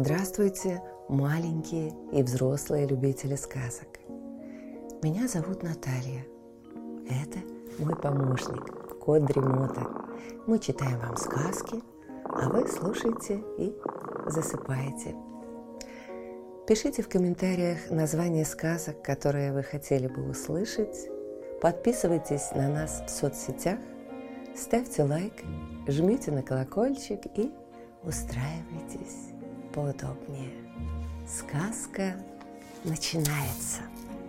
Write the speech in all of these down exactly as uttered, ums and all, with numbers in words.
Здравствуйте, маленькие и взрослые любители сказок. Меня зовут Наталья. Это мой помощник, кот Дремота. Мы читаем вам сказки, а вы слушаете и засыпаете. Пишите в комментариях названия сказок, которые вы хотели бы услышать. Подписывайтесь на нас в соцсетях, ставьте лайк, жмите на колокольчик и устраивайтесь поудобнее. Сказка начинается.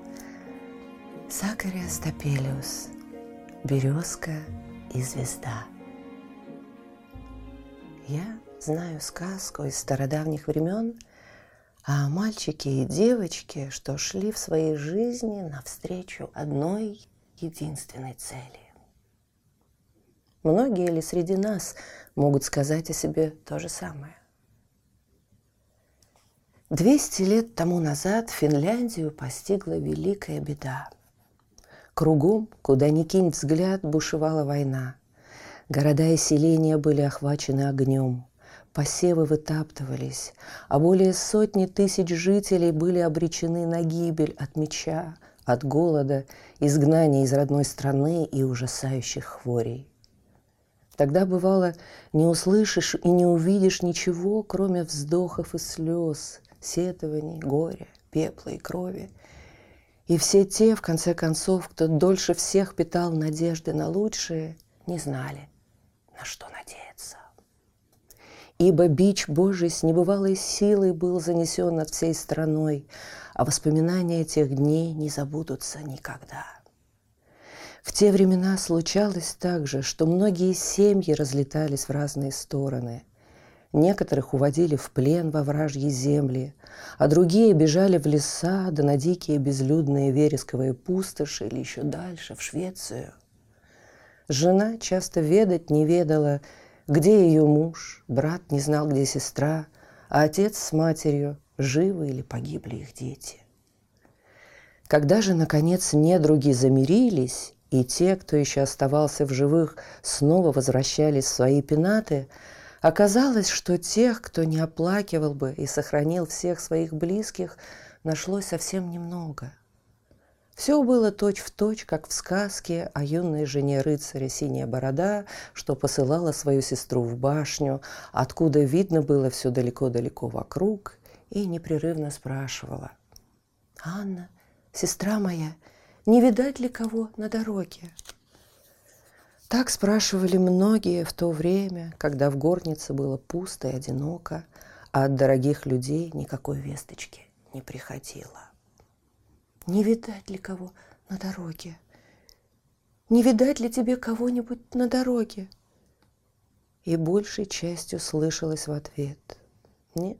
Сакариас Топелиус. Березка и звезда. Я знаю сказку из стародавних времен о мальчике и девочке, что шли в своей жизни навстречу одной единственной цели. Многие ли среди нас могут сказать о себе то же самое? Двести лет тому назад Финляндию постигла великая беда. Кругом, куда ни кинь взгляд, бушевала война. Города и селения были охвачены огнем. Посевы вытаптывались, а более сотни тысяч жителей были обречены на гибель от меча, от голода, изгнания из родной страны и ужасающих хворей. Тогда, бывало, не услышишь и не увидишь ничего, кроме вздохов и слез, сетований, горя, пепла и крови. И все те, в конце концов, кто дольше всех питал надежды на лучшее, не знали, на что надеяться. Ибо бич Божий с небывалой силой был занесен над всей страной, а воспоминания тех дней не забудутся никогда. В те времена случалось также, что многие семьи разлетались в разные стороны. Некоторых уводили в плен во вражьи земли, а другие бежали в леса, да на дикие безлюдные вересковые пустоши или еще дальше, в Швецию. Жена часто ведать не ведала, где ее муж, брат не знал, где сестра, а отец с матерью, живы или погибли их дети. Когда же, наконец, недруги замирились, и те, кто еще оставался в живых, снова возвращались в свои пенаты, оказалось, что тех, кто не оплакивал бы и сохранил всех своих близких, нашлось совсем немного. Все было точь-в-точь, как в сказке о юной жене рыцаря Синяя Борода, что посылала свою сестру в башню, откуда видно было все далеко-далеко вокруг, и непрерывно спрашивала: «Анна, сестра моя, не видать ли кого на дороге?» Так спрашивали многие в то время, когда в горнице было пусто и одиноко, а от дорогих людей никакой весточки не приходило. «Не видать ли кого на дороге? Не видать ли тебе кого-нибудь на дороге?» И большей частью слышалось в ответ: «Нет,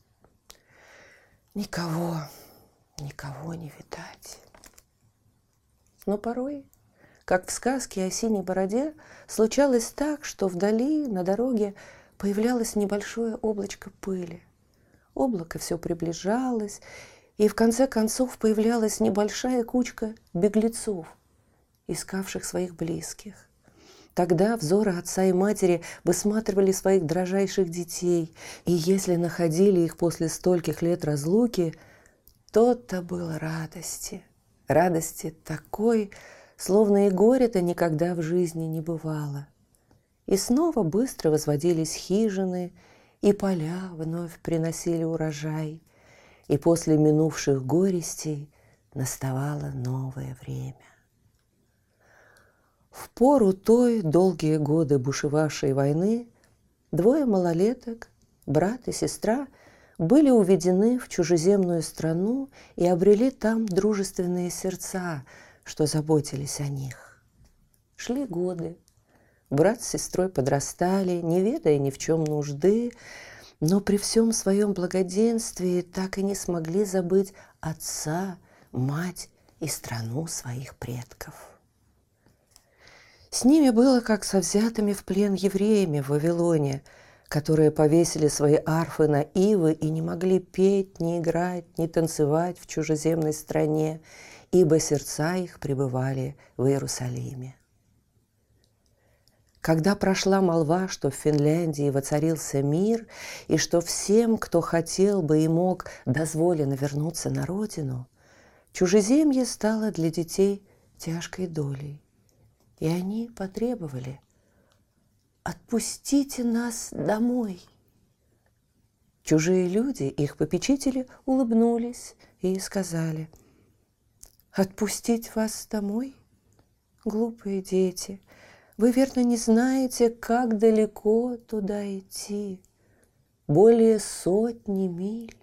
никого, никого не видать». Но порой, как в сказке о Синей Бороде, случалось так, что вдали на дороге появлялось небольшое облачко пыли. Облако все приближалось, и в конце концов появлялась небольшая кучка беглецов, искавших своих близких. Тогда взоры отца и матери высматривали своих дрожайших детей, и если находили их после стольких лет разлуки, то-то было радости. Радости такой, словно и горя-то никогда в жизни не бывало. И снова быстро возводились хижины, и поля вновь приносили урожай, и после минувших горестей наставало новое время. В пору той долгие годы бушевавшей войны двое малолеток, брат и сестра, были уведены в чужеземную страну и обрели там дружественные сердца, что заботились о них. Шли годы. Брат с сестрой подрастали, не ведая ни в чем нужды, но при всем своем благоденствии так и не смогли забыть отца, мать и страну своих предков. С ними было, как со взятыми в плен евреями в Вавилоне, которые повесили свои арфы на ивы и не могли петь, ни играть, ни танцевать в чужеземной стране, ибо сердца их пребывали в Иерусалиме. Когда прошла молва, что в Финляндии воцарился мир, и что всем, кто хотел бы и мог, дозволено вернуться на родину, чужеземье стало для детей тяжкой долей. И они потребовали: «Отпустите нас домой». Чужие люди, их попечители, улыбнулись и сказали: «Отпустить вас домой? Глупые дети, вы, верно, не знаете, как далеко туда идти. Более сотни миль».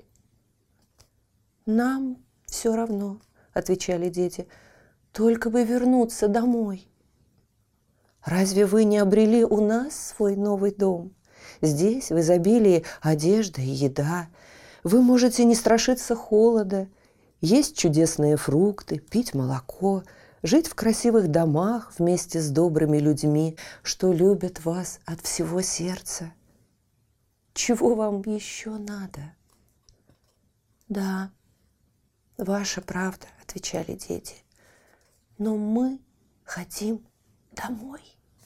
«Нам все равно», — отвечали дети, — «только бы вернуться домой». «Разве вы не обрели у нас свой новый дом? Здесь в изобилии одежда и еда. Вы можете не страшиться холода, есть чудесные фрукты, пить молоко, жить в красивых домах вместе с добрыми людьми, что любят вас от всего сердца. Чего вам еще надо?» «Да, ваша правда», — отвечали дети, — «но мы хотим домой».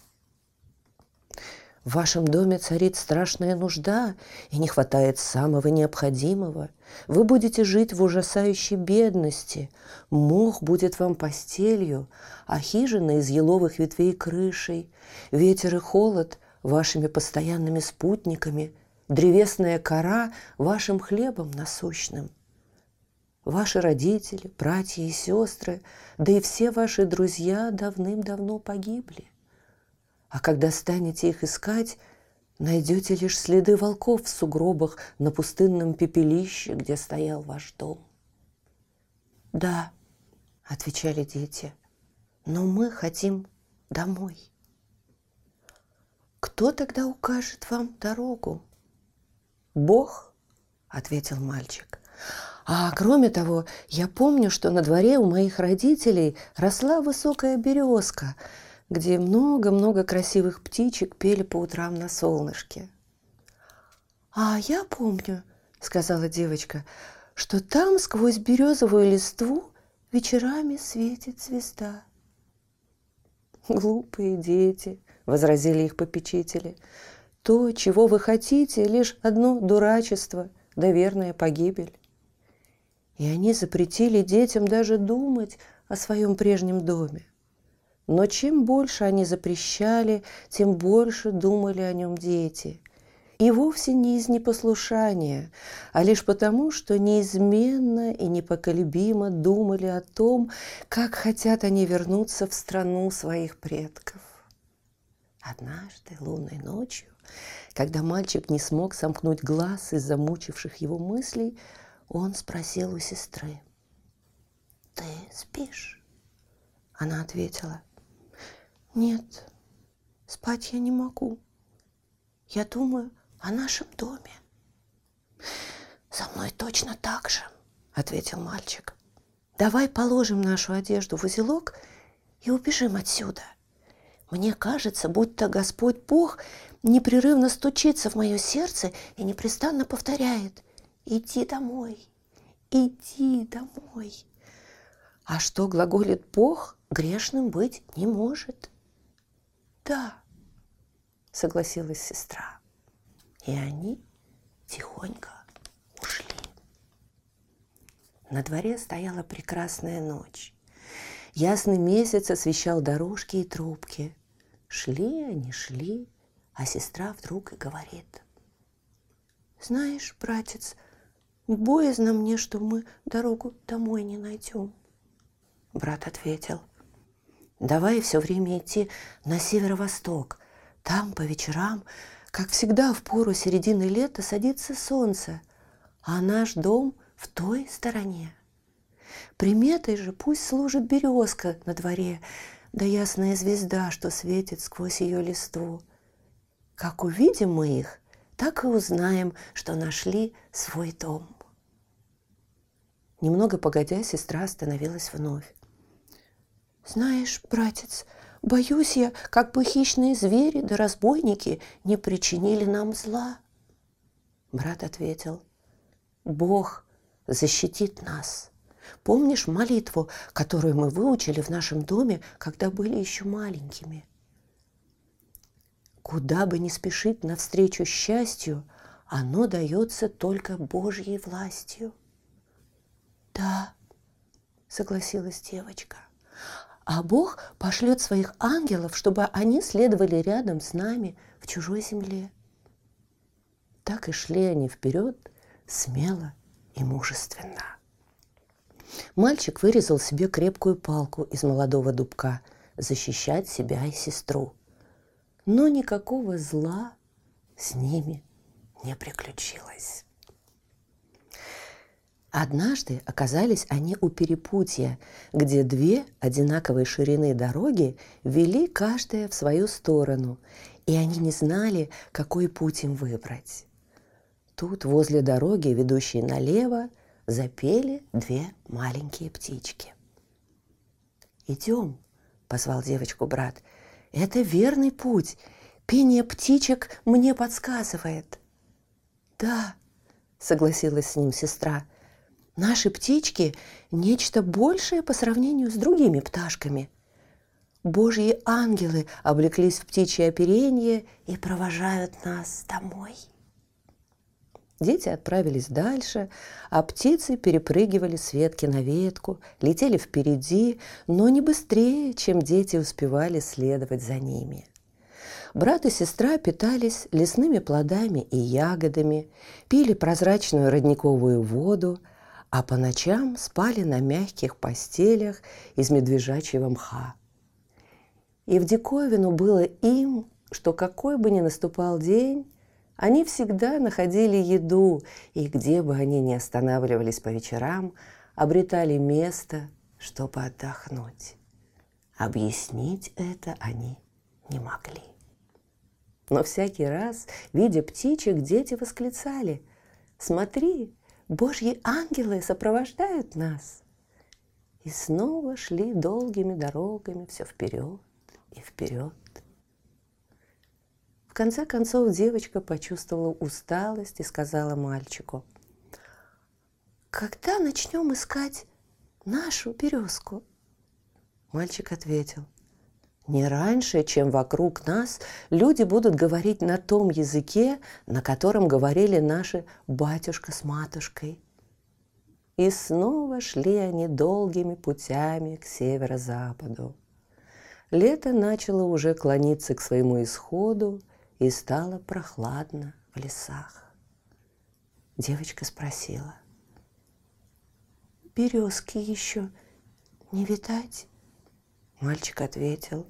«В вашем доме царит страшная нужда, и не хватает самого необходимого. Вы будете жить в ужасающей бедности. Мох будет вам постелью, а хижина из еловых ветвей крышей. Ветер и холод вашими постоянными спутниками, древесная кора вашим хлебом насущным. Ваши родители, братья и сестры, да и все ваши друзья давным-давно погибли. А когда станете их искать, найдете лишь следы волков в сугробах на пустынном пепелище, где стоял ваш дом». «Да», — отвечали дети, — «но мы хотим домой». «Кто тогда укажет вам дорогу?» «Бог», — ответил мальчик. «А кроме того, я помню, что на дворе у моих родителей росла высокая березка, где много-много красивых птичек пели по утрам на солнышке». «А я помню, — сказала девочка, — что там сквозь березовую листву вечерами светит звезда». «Глупые дети, — возразили их попечители, — то, чего вы хотите, лишь одно дурачество да верная погибель». И они запретили детям даже думать о своем прежнем доме. Но чем больше они запрещали, тем больше думали о нем дети. И вовсе не из непослушания, а лишь потому, что неизменно и непоколебимо думали о том, как хотят они вернуться в страну своих предков. Однажды лунной ночью, когда мальчик не смог сомкнуть глаз из-за мучивших его мыслей, он спросил у сестры: «Ты спишь?» Она ответила: «Нет, спать я не могу. Я думаю о нашем доме». «Со мной точно так же», — ответил мальчик. «Давай положим нашу одежду в узелок и убежим отсюда. Мне кажется, будто Господь Бог непрерывно стучится в мое сердце и непрестанно повторяет: иди домой, иди домой. А что глаголит Бог, грешным быть не может». «Да», — согласилась сестра. И они тихонько ушли. На дворе стояла прекрасная ночь. Ясный месяц освещал дорожки и трубки. Шли они, шли, а сестра вдруг и говорит: «Знаешь, братец, боязно мне, что мы дорогу домой не найдем». Брат ответил: «Давай все время идти на северо-восток. Там по вечерам, как всегда в пору середины лета, садится солнце, а наш дом в той стороне. Приметой же пусть служит березка на дворе, да ясная звезда, что светит сквозь ее листву. Как увидим мы их, так и узнаем, что нашли свой дом». Немного погодя, сестра остановилась вновь. «Знаешь, братец, боюсь я, как бы хищные звери да разбойники не причинили нам зла». Брат ответил: «Бог защитит нас. Помнишь молитву, которую мы выучили в нашем доме, когда были еще маленькими? Куда бы ни спешить навстречу счастью, оно дается только Божьей властью. Да, согласилась девочка. А Бог пошлет своих ангелов, чтобы они следовали рядом с нами в чужой земле. Так и шли они вперед смело и мужественно. Мальчик вырезал себе крепкую палку из молодого дубка защищать себя и сестру. Но никакого зла с ними не приключилось. Однажды оказались они у перепутья, где две одинаковой ширины дороги вели каждая в свою сторону, и они не знали, какой путь им выбрать. Тут возле дороги, ведущей налево, запели две маленькие птички. «Идем», — позвал девочку брат, — «это верный путь. Пение птичек мне подсказывает». «Да», — согласилась с ним сестра, — «наши птички – нечто большее по сравнению с другими пташками. Божьи ангелы облеклись в птичье оперение и провожают нас домой». Дети отправились дальше, а птицы перепрыгивали с ветки на ветку, летели впереди, но не быстрее, чем дети успевали следовать за ними. Брат и сестра питались лесными плодами и ягодами, пили прозрачную родниковую воду, а по ночам спали на мягких постелях из медвежачьего мха. И в диковину было им, что какой бы ни наступал день, они всегда находили еду, и где бы они ни останавливались по вечерам, обретали место, чтобы отдохнуть. Объяснить это они не могли. Но всякий раз, видя птичек, дети восклицали: «Смотри, Божьи ангелы сопровождают нас!» И снова шли долгими дорогами все вперед и вперед. В конце концов девочка почувствовала усталость и сказала мальчику: «Когда начнем искать нашу березку?» Мальчик ответил: «Не раньше, чем вокруг нас люди будут говорить на том языке, на котором говорили наши батюшка с матушкой». И снова шли они долгими путями к северо-западу. Лето начало уже клониться к своему исходу, и стало прохладно в лесах. Девочка спросила: «Березки еще не видать?» Мальчик ответил: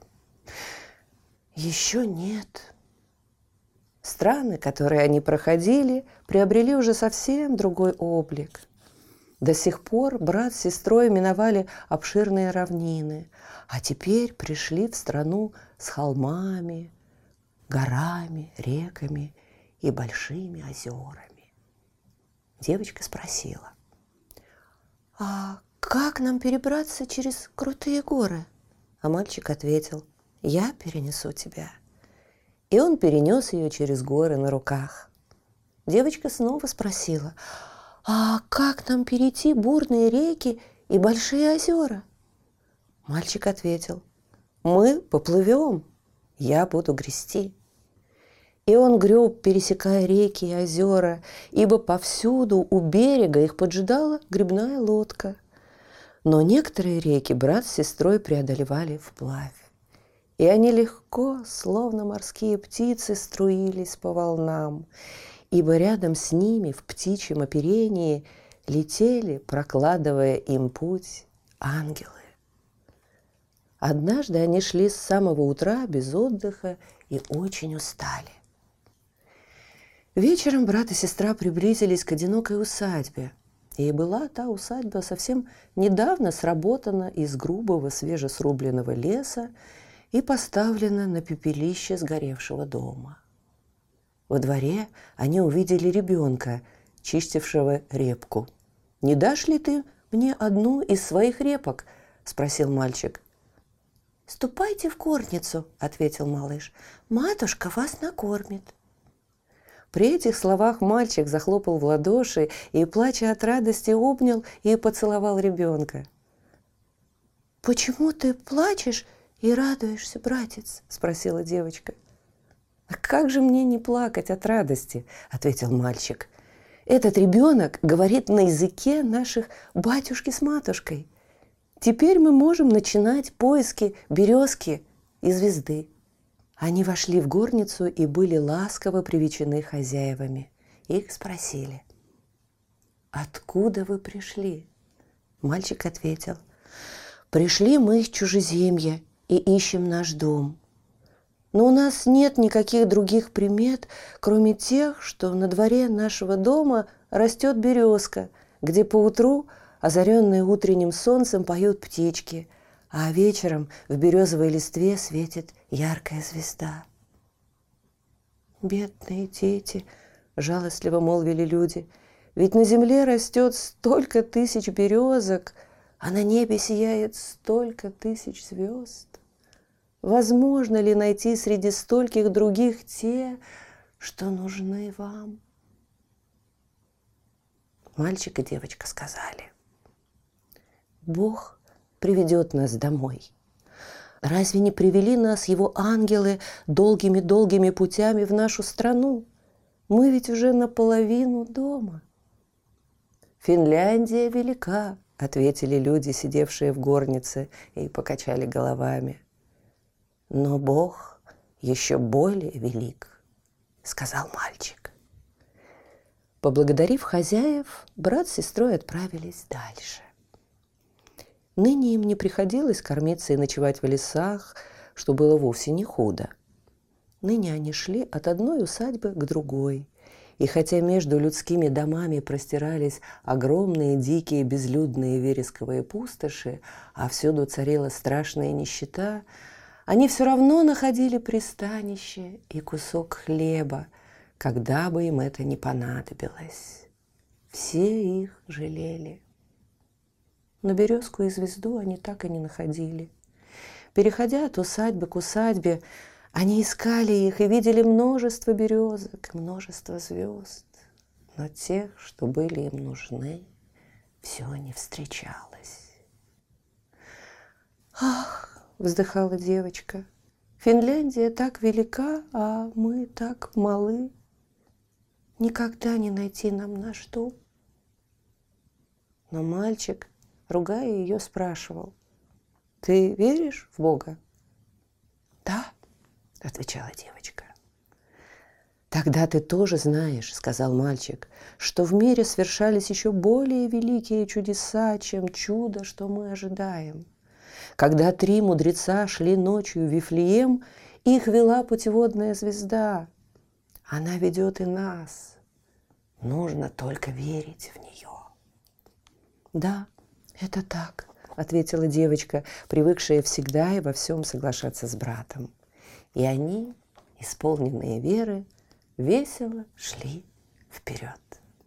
«Еще нет». Страны, которые они проходили, приобрели уже совсем другой облик. До сих пор брат с сестрой миновали обширные равнины, а теперь пришли в страну с холмами, горами, реками и большими озерами. Девочка спросила: «А как нам перебраться через крутые горы?» А мальчик ответил: «Я перенесу тебя». И он перенес ее через горы на руках. Девочка снова спросила: «А как нам перейти бурные реки и большие озера?» Мальчик ответил: «Мы поплывем, я буду грести». И он греб, пересекая реки и озера, ибо повсюду у берега их поджидала гребная лодка. Но некоторые реки брат с сестрой преодолевали вплавь, и они легко, словно морские птицы, струились по волнам, ибо рядом с ними в птичьем оперении летели, прокладывая им путь, ангелы. Однажды они шли с самого утра без отдыха и очень устали. Вечером брат и сестра приблизились к одинокой усадьбе. И была та усадьба совсем недавно сработана из грубого свежесрубленного леса и поставлена на пепелище сгоревшего дома. Во дворе они увидели ребенка, чистившего репку. «Не дашь ли ты мне одну из своих репок?» – спросил мальчик. «Ступайте в горницу», – ответил малыш. «Матушка вас накормит». При этих словах мальчик захлопал в ладоши и, плача от радости, обнял и поцеловал ребенка. «Почему ты плачешь и радуешься, братец?» – спросила девочка. «А как же мне не плакать от радости?» – ответил мальчик. «Этот ребенок говорит на языке наших батюшки с матушкой. Теперь мы можем начинать поиски березки и звезды». Они вошли в горницу и были ласково привечены хозяевами. Их спросили: «Откуда вы пришли?» Мальчик ответил: «Пришли мы из чужеземья и ищем наш дом. Но у нас нет никаких других примет, кроме тех, что на дворе нашего дома растет березка, где поутру, озаренные утренним солнцем, поют птички, а вечером в березовой листве светит яркая звезда». «Бедные дети!» – жалостливо молвили люди. «Ведь на земле растет столько тысяч березок, а на небе сияет столько тысяч звезд. Возможно ли найти среди стольких других те, что нужны вам?» Мальчик и девочка сказали: «Бог приведет нас домой. Разве не привели нас его ангелы долгими-долгими путями в нашу страну? Мы ведь уже наполовину дома». «Финляндия велика», — ответили люди, сидевшие в горнице, и покачали головами. «Но Бог еще более велик», — сказал мальчик. Поблагодарив хозяев, брат с сестрой отправились дальше. Ныне им не приходилось кормиться и ночевать в лесах, что было вовсе не худо. Ныне они шли от одной усадьбы к другой, и хотя между людскими домами простирались огромные дикие безлюдные вересковые пустоши, а всюду царила страшная нищета, они все равно находили пристанище и кусок хлеба, когда бы им это ни понадобилось. Все их жалели. Но березку и звезду они так и не находили. Переходя от усадьбы к усадьбе, они искали их и видели множество березок, множество звезд. Но тех, что были им нужны, все не встречалось. «Ах!» — вздыхала девочка. «Финляндия так велика, а мы так малы. Никогда не найти нам наш дом». Но мальчик, ругая ее, спрашивал: «Ты веришь в Бога?» «Да», — отвечала девочка. «Тогда ты тоже знаешь, — сказал мальчик, — что в мире свершались еще более великие чудеса, чем чудо, что мы ожидаем. Когда три мудреца шли ночью в Вифлеем, их вела путеводная звезда. Она ведет и нас. Нужно только верить в нее». «Да, это так», — ответила девочка, привыкшая всегда и во всем соглашаться с братом. И они, исполненные веры, весело шли вперед.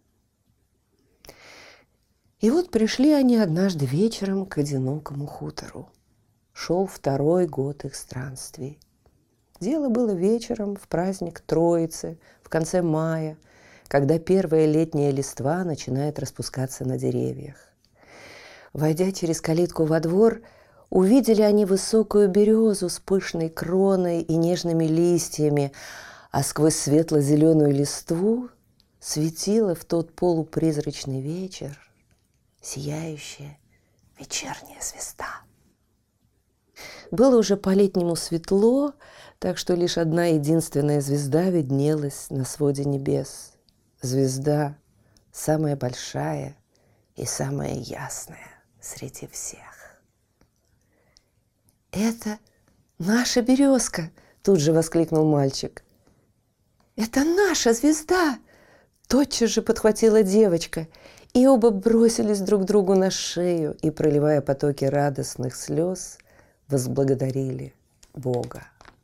И вот пришли они однажды вечером к одинокому хутору. Шел второй год их странствий. Дело было вечером в праздник Троицы, в конце мая, когда первая летняя листва начинает распускаться на деревьях. Войдя через калитку во двор, увидели они высокую березу с пышной кроной и нежными листьями, а сквозь светло-зеленую листву светила в тот полупризрачный вечер сияющая вечерняя звезда. Было уже по-летнему светло, так что лишь одна единственная звезда виднелась на своде небес. Звезда самая большая и самая ясная среди всех. «Это наша березка!» – тут же воскликнул мальчик. «Это наша звезда!» – тотчас же подхватила девочка, и оба бросились друг другу на шею и, проливая потоки радостных слез, возблагодарили Бога.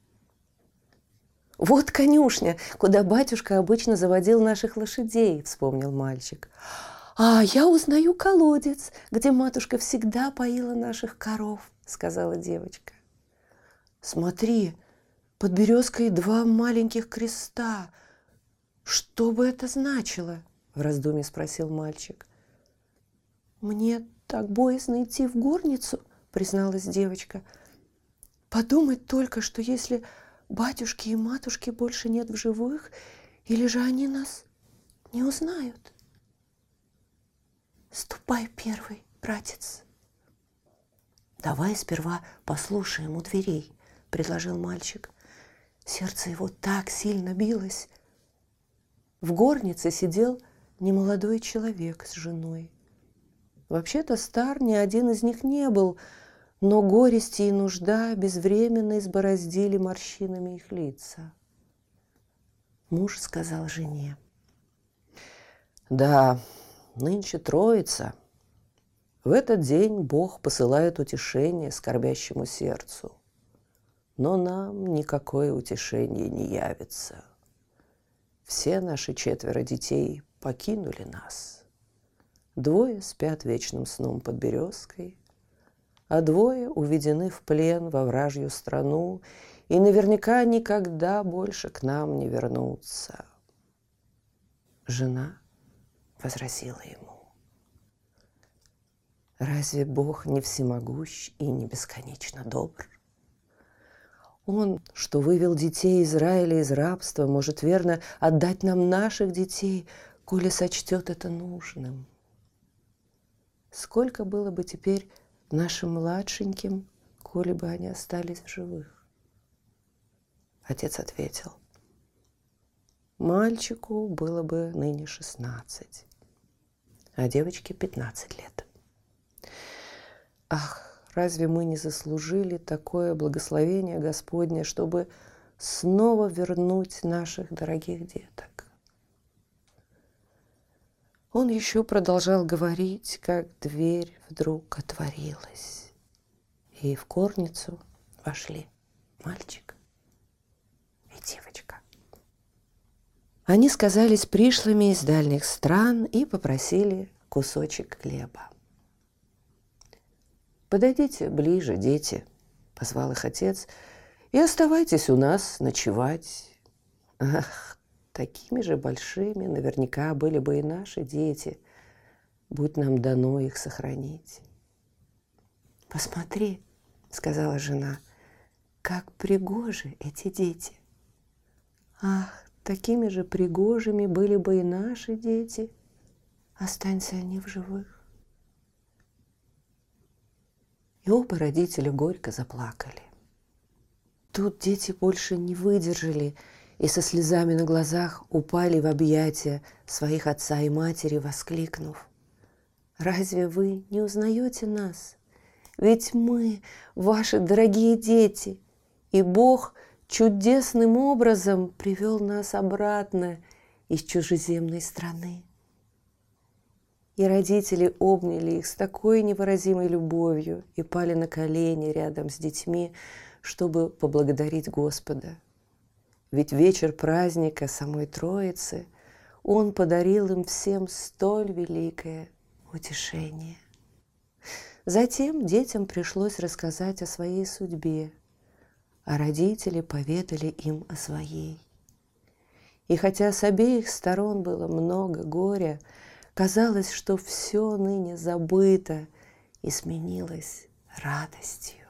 «Вот конюшня, куда батюшка обычно заводил наших лошадей», – вспомнил мальчик. «А я узнаю колодец, где матушка всегда поила наших коров», – сказала девочка. «Смотри, под березкой два маленьких креста. Что бы это значило?» – в раздумье спросил мальчик. «Мне так боязно идти в горницу», – призналась девочка. «Подумать только, что если батюшки и матушки больше нет в живых, или же они нас не узнают? Ступай первый, братец. Давай сперва послушаем у дверей, предложил мальчик. Сердце его так сильно билось. В горнице сидел немолодой человек с женой. Вообще-то стар ни один из них не был, но горести и нужда безвременно избороздили морщинами их лица. Муж сказал жене: «Да, нынче Троица. В этот день Бог посылает утешение скорбящему сердцу. Но нам никакое утешение не явится. Все наши четверо детей покинули нас. Двое спят вечным сном под березкой, а двое уведены в плен во вражью страну и наверняка никогда больше к нам не вернутся». Жена возразила ему: «Разве Бог не всемогущ и не бесконечно добр? Он, что вывел детей Израиля из рабства, может верно отдать нам наших детей, коли сочтет это нужным. Сколько было бы теперь нашим младшеньким, коли бы они остались в живых?» Отец ответил: «Мальчику было бы ныне шестнадцать, а девочке пятнадцать лет. Ах, разве мы не заслужили такое благословение Господне, чтобы снова вернуть наших дорогих деток?» Он еще продолжал говорить, как дверь вдруг отворилась, и в горницу вошли мальчик и девочка. Они сказались пришлыми из дальних стран и попросили кусочек хлеба. «Подойдите ближе, дети», — позвал их отец, — «и оставайтесь у нас ночевать». Ах, такими же большими наверняка были бы и наши дети, будь нам дано их сохранить. «Посмотри», — сказала жена, — «как пригожи эти дети». Ах, такими же пригожими были бы и наши дети, останься они в живых. И оба родителя горько заплакали. Тут дети больше не выдержали и со слезами на глазах упали в объятия своих отца и матери, воскликнув: «Разве вы не узнаете нас? Ведь мы ваши дорогие дети, и Бог чудесным образом привел нас обратно из чужеземной страны». И родители обняли их с такой невыразимой любовью и пали на колени рядом с детьми, чтобы поблагодарить Господа. Ведь вечер праздника самой Троицы Он подарил им всем столь великое утешение. Затем детям пришлось рассказать о своей судьбе, а родители поведали им о своей. И хотя с обеих сторон было много горя, казалось, что все ныне забыто и сменилось радостью.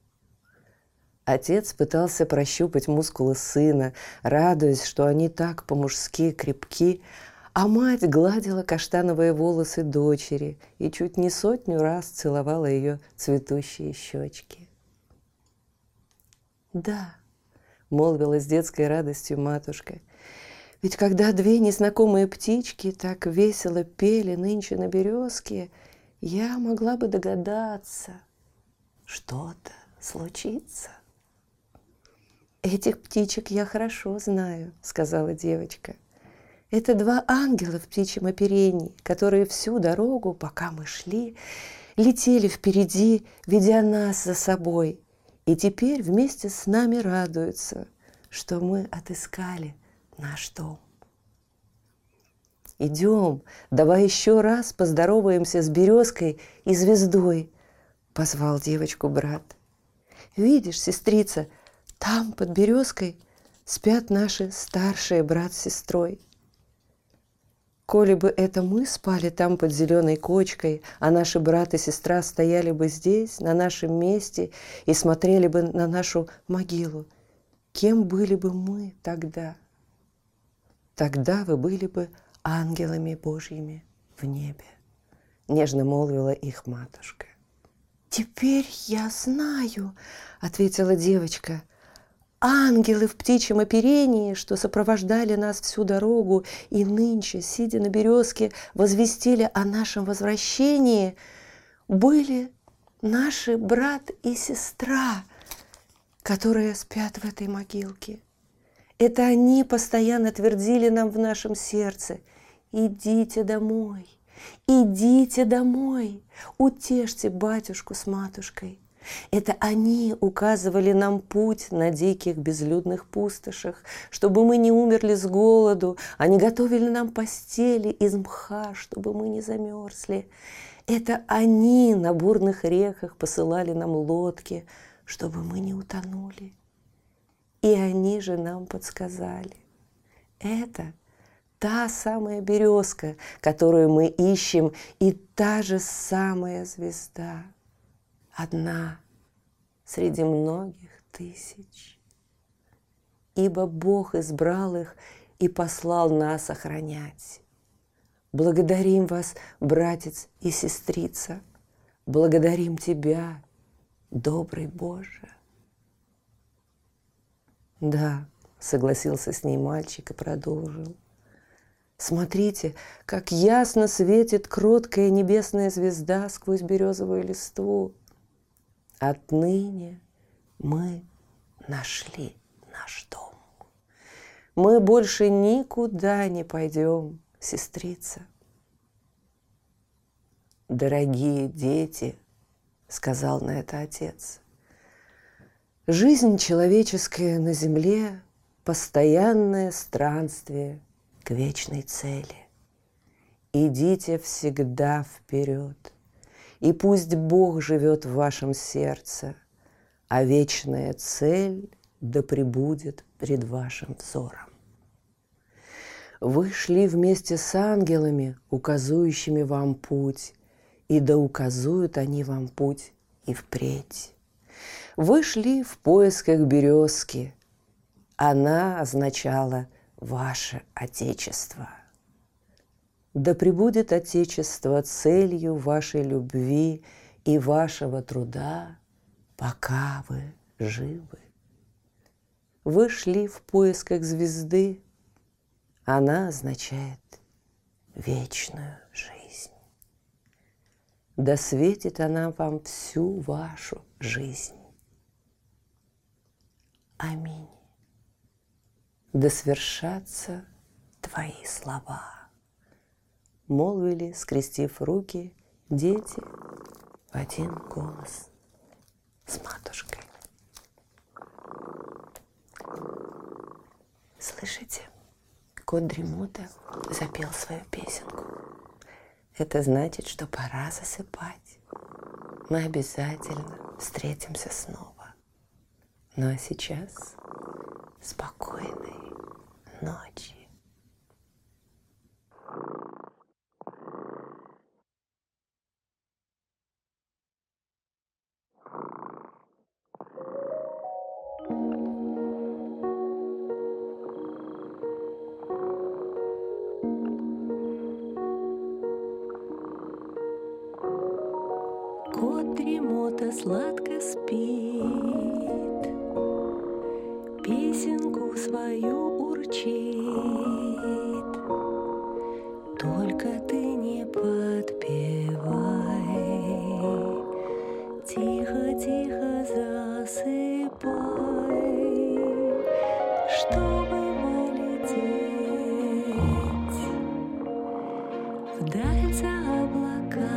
Отец пытался прощупать мускулы сына, радуясь, что они так по-мужски крепки, а мать гладила каштановые волосы дочери и чуть не сотню раз целовала ее цветущие щечки. «Да», — молвила с детской радостью матушка, «ведь когда две незнакомые птички так весело пели нынче на березке, я могла бы догадаться, что-то случится». «Этих птичек я хорошо знаю», — сказала девочка. «Это два ангела в птичьем оперении, которые всю дорогу, пока мы шли, летели впереди, ведя нас за собой, и теперь вместе с нами радуются, что мы отыскали наш дом. Идем, давай еще раз поздороваемся с березкой и звездой», — позвал девочку брат. «Видишь, сестрица, там под березкой спят наши старшие брат с сестрой. Коли бы это мы спали там под зеленой кочкой, а наши брат и сестра стояли бы здесь, на нашем месте, и смотрели бы на нашу могилу, кем были бы мы тогда? Тогда вы были бы ангелами Божьими в небе, нежно молвила их матушка. Теперь я знаю, ответила девочка, ангелы в птичьем оперении, что сопровождали нас всю дорогу и нынче, сидя на березке, возвестили о нашем возвращении, были наши брат и сестра, которые спят в этой могилке. Это они постоянно твердили нам в нашем сердце: идите домой, идите домой, утешьте батюшку с матушкой. Это они указывали нам путь на диких безлюдных пустошах, чтобы мы не умерли с голоду. Они готовили нам постели из мха, чтобы мы не замерзли. Это они на бурных реках посылали нам лодки, чтобы мы не утонули. И они же нам подсказали: это та самая березка, которую мы ищем, и та же самая звезда. Одна среди многих тысяч. Ибо Бог избрал их и послал нас охранять. Благодарим вас, братец и сестрица, благодарим тебя, добрый Боже. Да, согласился с ней мальчик и продолжил. Смотрите, как ясно светит кроткая небесная звезда сквозь березовую листву. Отныне мы нашли наш дом. Мы больше никуда не пойдем, сестрица. Дорогие дети, сказал на это отец, жизнь человеческая на земле – постоянное странствие к вечной цели. Идите всегда вперед, и пусть Бог живет в вашем сердце, а вечная цель да пребудет пред вашим взором. Вы шли вместе с ангелами, указующими вам путь, и да указуют они вам путь и впредь. Вы шли в поисках березки. Она означала ваше Отечество. Да пребудет Отечество целью вашей любви и вашего труда, пока вы живы. Вы шли в поисках звезды. Она означает вечную жизнь. Да светит она вам всю вашу жизнь. Аминь. Да свершатся твои слова. Молвили, скрестив руки, дети в один голос с матушкой. Слышите? Кот Дремота запел свою песенку. Это значит, что пора засыпать. Мы обязательно встретимся снова. Ну а сейчас спокойной ночи. Кот Дремота сладко спит, песенку свою урчит. Только ты не подпевай, тихо-тихо засыпай, чтобы полететь вдаль за облака.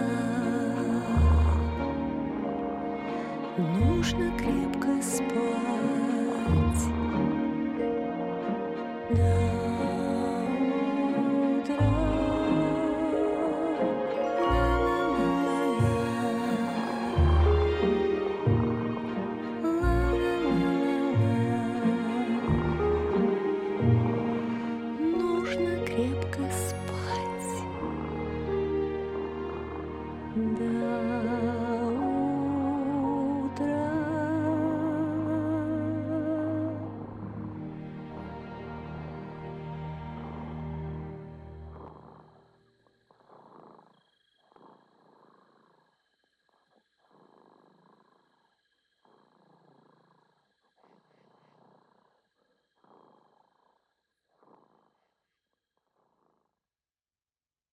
Нужно крепко спать.